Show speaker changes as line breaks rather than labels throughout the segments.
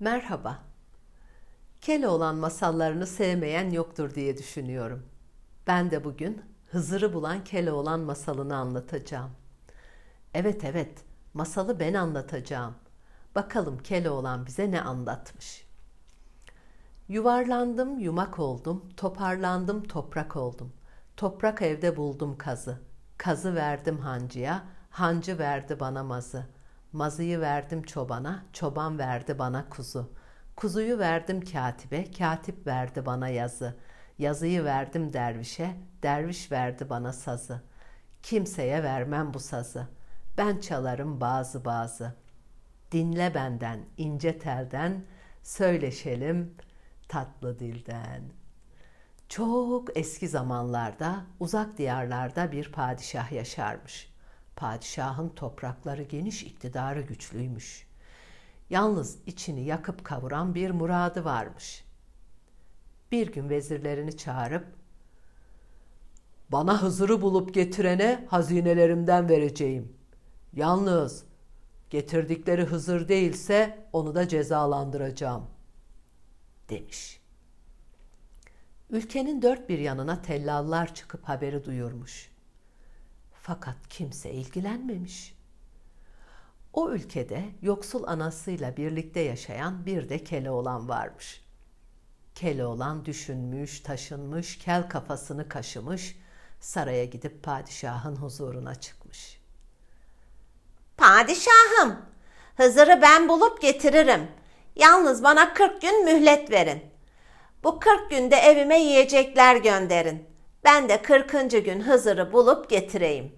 Merhaba. Keloğlan masallarını sevmeyen yoktur diye düşünüyorum. Ben de bugün Hızır'ı bulan Keloğlan masalını anlatacağım. Evet, masalı ben anlatacağım. Bakalım Keloğlan bize ne anlatmış. Yuvarlandım, yumak oldum, toparlandım, toprak oldum. Toprak evde buldum kazı. Kazı verdim hancıya, hancı verdi bana mazı. Mazıyı verdim çobana, çoban verdi bana kuzu. Kuzuyu verdim katibe, katip verdi bana yazı. Yazıyı verdim dervişe, derviş verdi bana sazı. Kimseye vermem bu sazı. Ben çalarım bazı. Dinle benden, ince telden, söyleşelim tatlı dilden. Çok eski zamanlarda, uzak diyarlarda bir padişah yaşarmış. Padişahın toprakları geniş, iktidarı güçlüymüş. Yalnız içini yakıp kavuran bir muradı varmış. Bir gün vezirlerini çağırıp, "Bana Hızır'ı bulup getirene hazinelerimden vereceğim. Yalnız getirdikleri Hızır değilse onu da cezalandıracağım," demiş. Ülkenin dört bir yanına tellallar çıkıp haberi duyurmuş. Fakat kimse ilgilenmemiş. O ülkede yoksul anasıyla birlikte yaşayan bir de Keloğlan varmış. Keloğlan düşünmüş, taşınmış, kel kafasını kaşımış, saraya gidip padişahın huzuruna çıkmış.
"Padişahım, Hızır'ı ben bulup getiririm. Yalnız bana 40 gün mühlet verin. Bu 40 günde evime yiyecekler gönderin. Ben de 40. gün Hızır'ı bulup getireyim."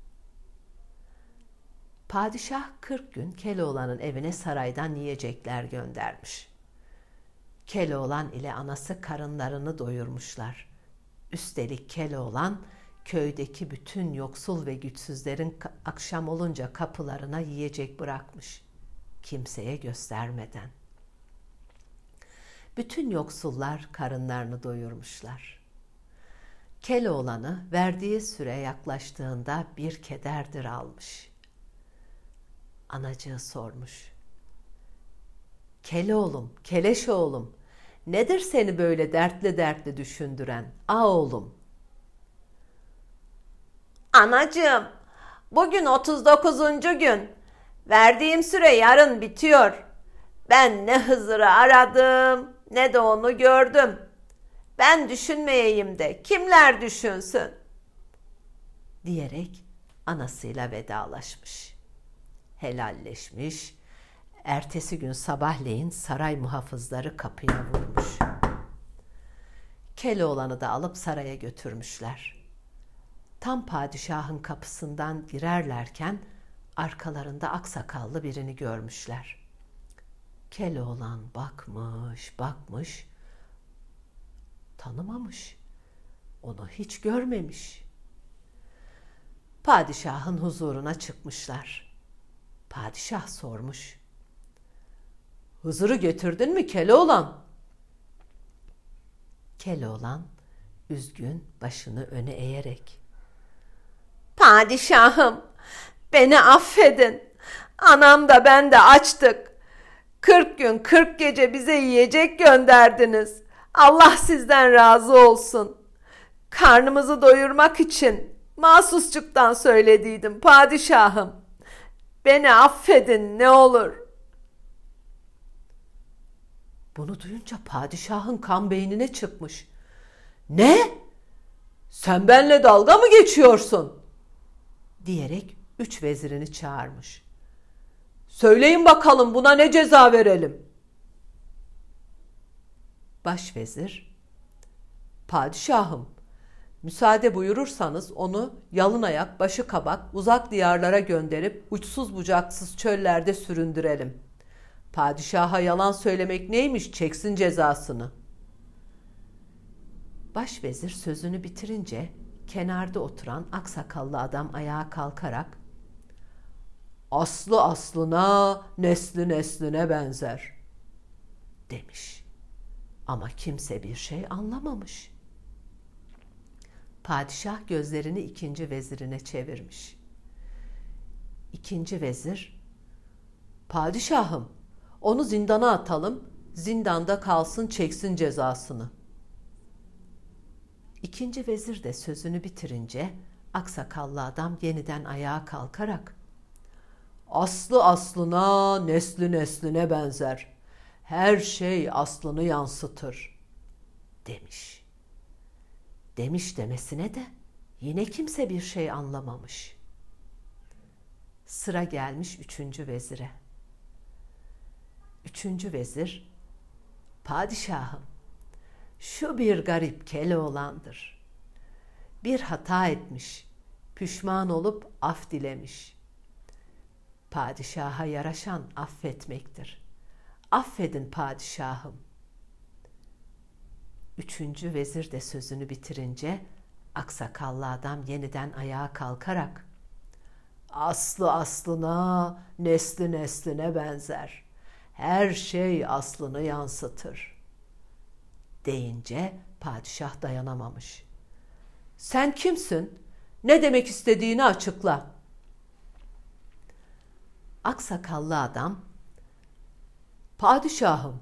Padişah 40 gün Keloğlan'ın evine saraydan yiyecekler göndermiş. Keloğlan ile anası karınlarını doyurmuşlar. Üstelik Keloğlan köydeki bütün yoksul ve güçsüzlerin akşam olunca kapılarına yiyecek bırakmış. Kimseye göstermeden. Bütün yoksullar karınlarını doyurmuşlar. Keloğlan'ı verdiği süre yaklaştığında bir kederdir almış. Anacığı sormuş. "Keloğlum, keleş oğlum, nedir seni böyle dertli düşündüren? Oğlum."
"Anacığım, bugün 39. gün. Verdiğim süre yarın bitiyor. Ben ne Hızır'ı aradım ne de onu gördüm. Ben düşünmeyeyim de kimler düşünsün?"
diyerek anasıyla vedalaşmış. Helalleşmiş. Ertesi gün sabahleyin saray muhafızları kapıya vurmuş. Keloğlan'ı da alıp saraya götürmüşler. Tam padişahın kapısından girerlerken arkalarında aksakallı birini görmüşler. Keloğlan bakmış, tanımamış. Onu hiç görmemiş. Padişahın huzuruna çıkmışlar. Padişah sormuş. "Hızır'ı getirdin mi Keloğlan?" Keloğlan üzgün başını öne eğerek,
"Padişahım, beni affedin. Anam da ben de açtık. 40 gün 40 gece bize yiyecek gönderdiniz. Allah sizden razı olsun. Karnımızı doyurmak için mahsusçuktan söylediydim padişahım. Beni affedin ne olur."
Bunu duyunca padişahın kan beynine çıkmış. "Ne? Sen benimle dalga mı geçiyorsun?" diyerek 3 vezirini çağırmış. "Söyleyin bakalım buna ne ceza verelim?" Başvezir, "Padişahım, müsaade buyurursanız onu yalın ayak, başı kabak, uzak diyarlara gönderip uçsuz bucaksız çöllerde süründürelim. Padişaha yalan söylemek neymiş, çeksin cezasını." Başvezir sözünü bitirince kenarda oturan aksakallı adam ayağa kalkarak, "Aslı aslına, nesli nesline benzer," demiş. Ama kimse bir şey anlamamış. Padişah gözlerini ikinci vezirine çevirmiş. İkinci vezir, "Padişahım, Onu zindana atalım, zindanda kalsın çeksin cezasını. İkinci vezir de sözünü bitirince aksakallı adam yeniden ayağa kalkarak aslı aslına, nesli nesline benzer. Her şey aslını yansıtır demiş. Demiş demesine de yine kimse bir şey anlamamış. Sıra gelmiş üçüncü vezire. Üçüncü vezir, padişahım, şu bir garip Keloğlan'dır. Bir hata etmiş, pişman olup af dilemiş. Padişaha yaraşan affetmektir. Affedin padişahım. Üçüncü vezir de sözünü bitirince aksakallı adam yeniden ayağa kalkarak aslı aslına, nesli nesline benzer. Her şey aslını yansıtır deyince padişah dayanamamış. Sen kimsin? Ne demek istediğini açıkla. Aksakallı adam, padişahım,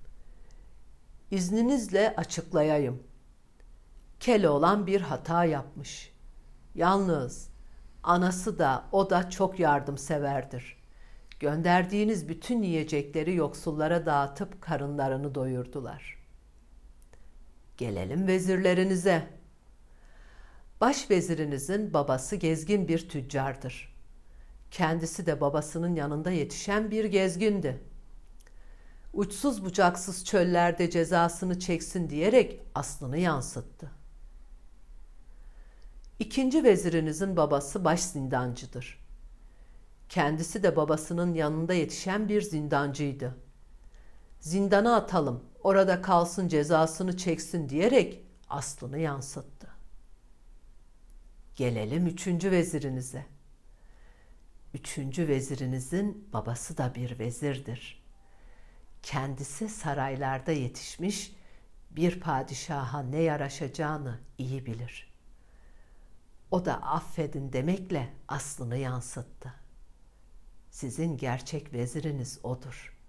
izninizle açıklayayım. Keloğlan bir hata yapmış. Yalnız anası da o da çok yardımseverdir. Gönderdiğiniz bütün yiyecekleri yoksullara dağıtıp karınlarını doyurdular. Gelelim vezirlerinize. Başvezirinizin babası gezgin bir tüccardır. Kendisi de babasının yanında yetişen bir gezgindi. Uçsuz bucaksız çöllerde cezasını çeksin diyerek aslını yansıttı. İkinci vezirinizin babası baş zindancıdır. Kendisi de babasının yanında yetişen bir zindancıydı. Zindana atalım, orada kalsın cezasını çeksin diyerek aslını yansıttı. Gelelim üçüncü vezirinize. Üçüncü vezirinizin babası da bir vezirdir. Kendisi saraylarda yetişmiş, bir padişaha ne yaraşacağını iyi bilir. O da affedin demekle aslını yansıttı. Sizin gerçek veziriniz odur.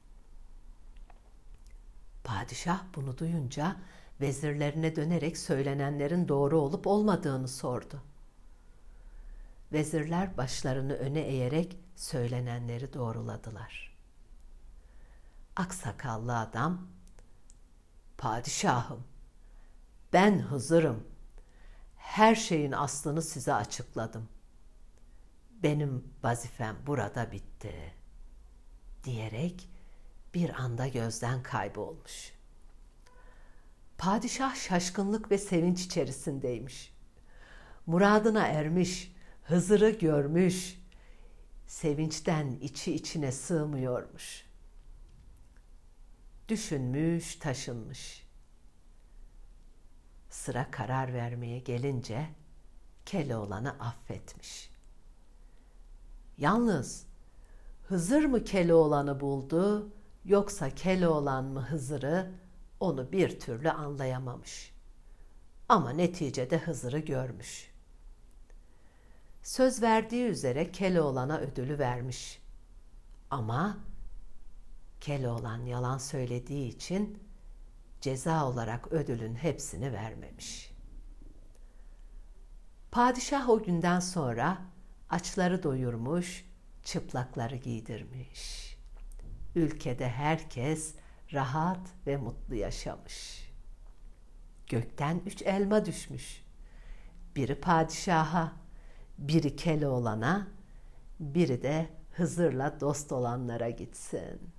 Padişah bunu duyunca vezirlerine dönerek söylenenlerin doğru olup olmadığını sordu. Vezirler başlarını öne eğerek söylenenleri doğruladılar. Aksakallı adam, padişahım, ben Hızır'ım. Her şeyin aslını size açıkladım. Benim vazifem burada bitti diyerek bir anda gözden kaybolmuş. Padişah şaşkınlık ve sevinç içerisindeymiş. Muradına ermiş, Hızır'ı görmüş, sevinçten içi içine sığmıyormuş. Düşünmüş, taşınmış. Sıra karar vermeye gelince Keloğlan'ı affetmiş. Yalnız Hızır mı Keloğlan'ı buldu yoksa Keloğlan mı Hızır'ı onu bir türlü anlayamamış. Ama neticede Hızır'ı görmüş. Söz verdiği üzere Keloğlan'a ödülü vermiş. Ama Keloğlan yalan söylediği için ceza olarak ödülün hepsini vermemiş. Padişah o günden sonra açları doyurmuş, çıplakları giydirmiş. Ülkede herkes rahat ve mutlu yaşamış. Gökten 3 elma düşmüş. Biri padişaha, biri Keloğlan'a, biri de Hızır'la dost olanlara gitsin.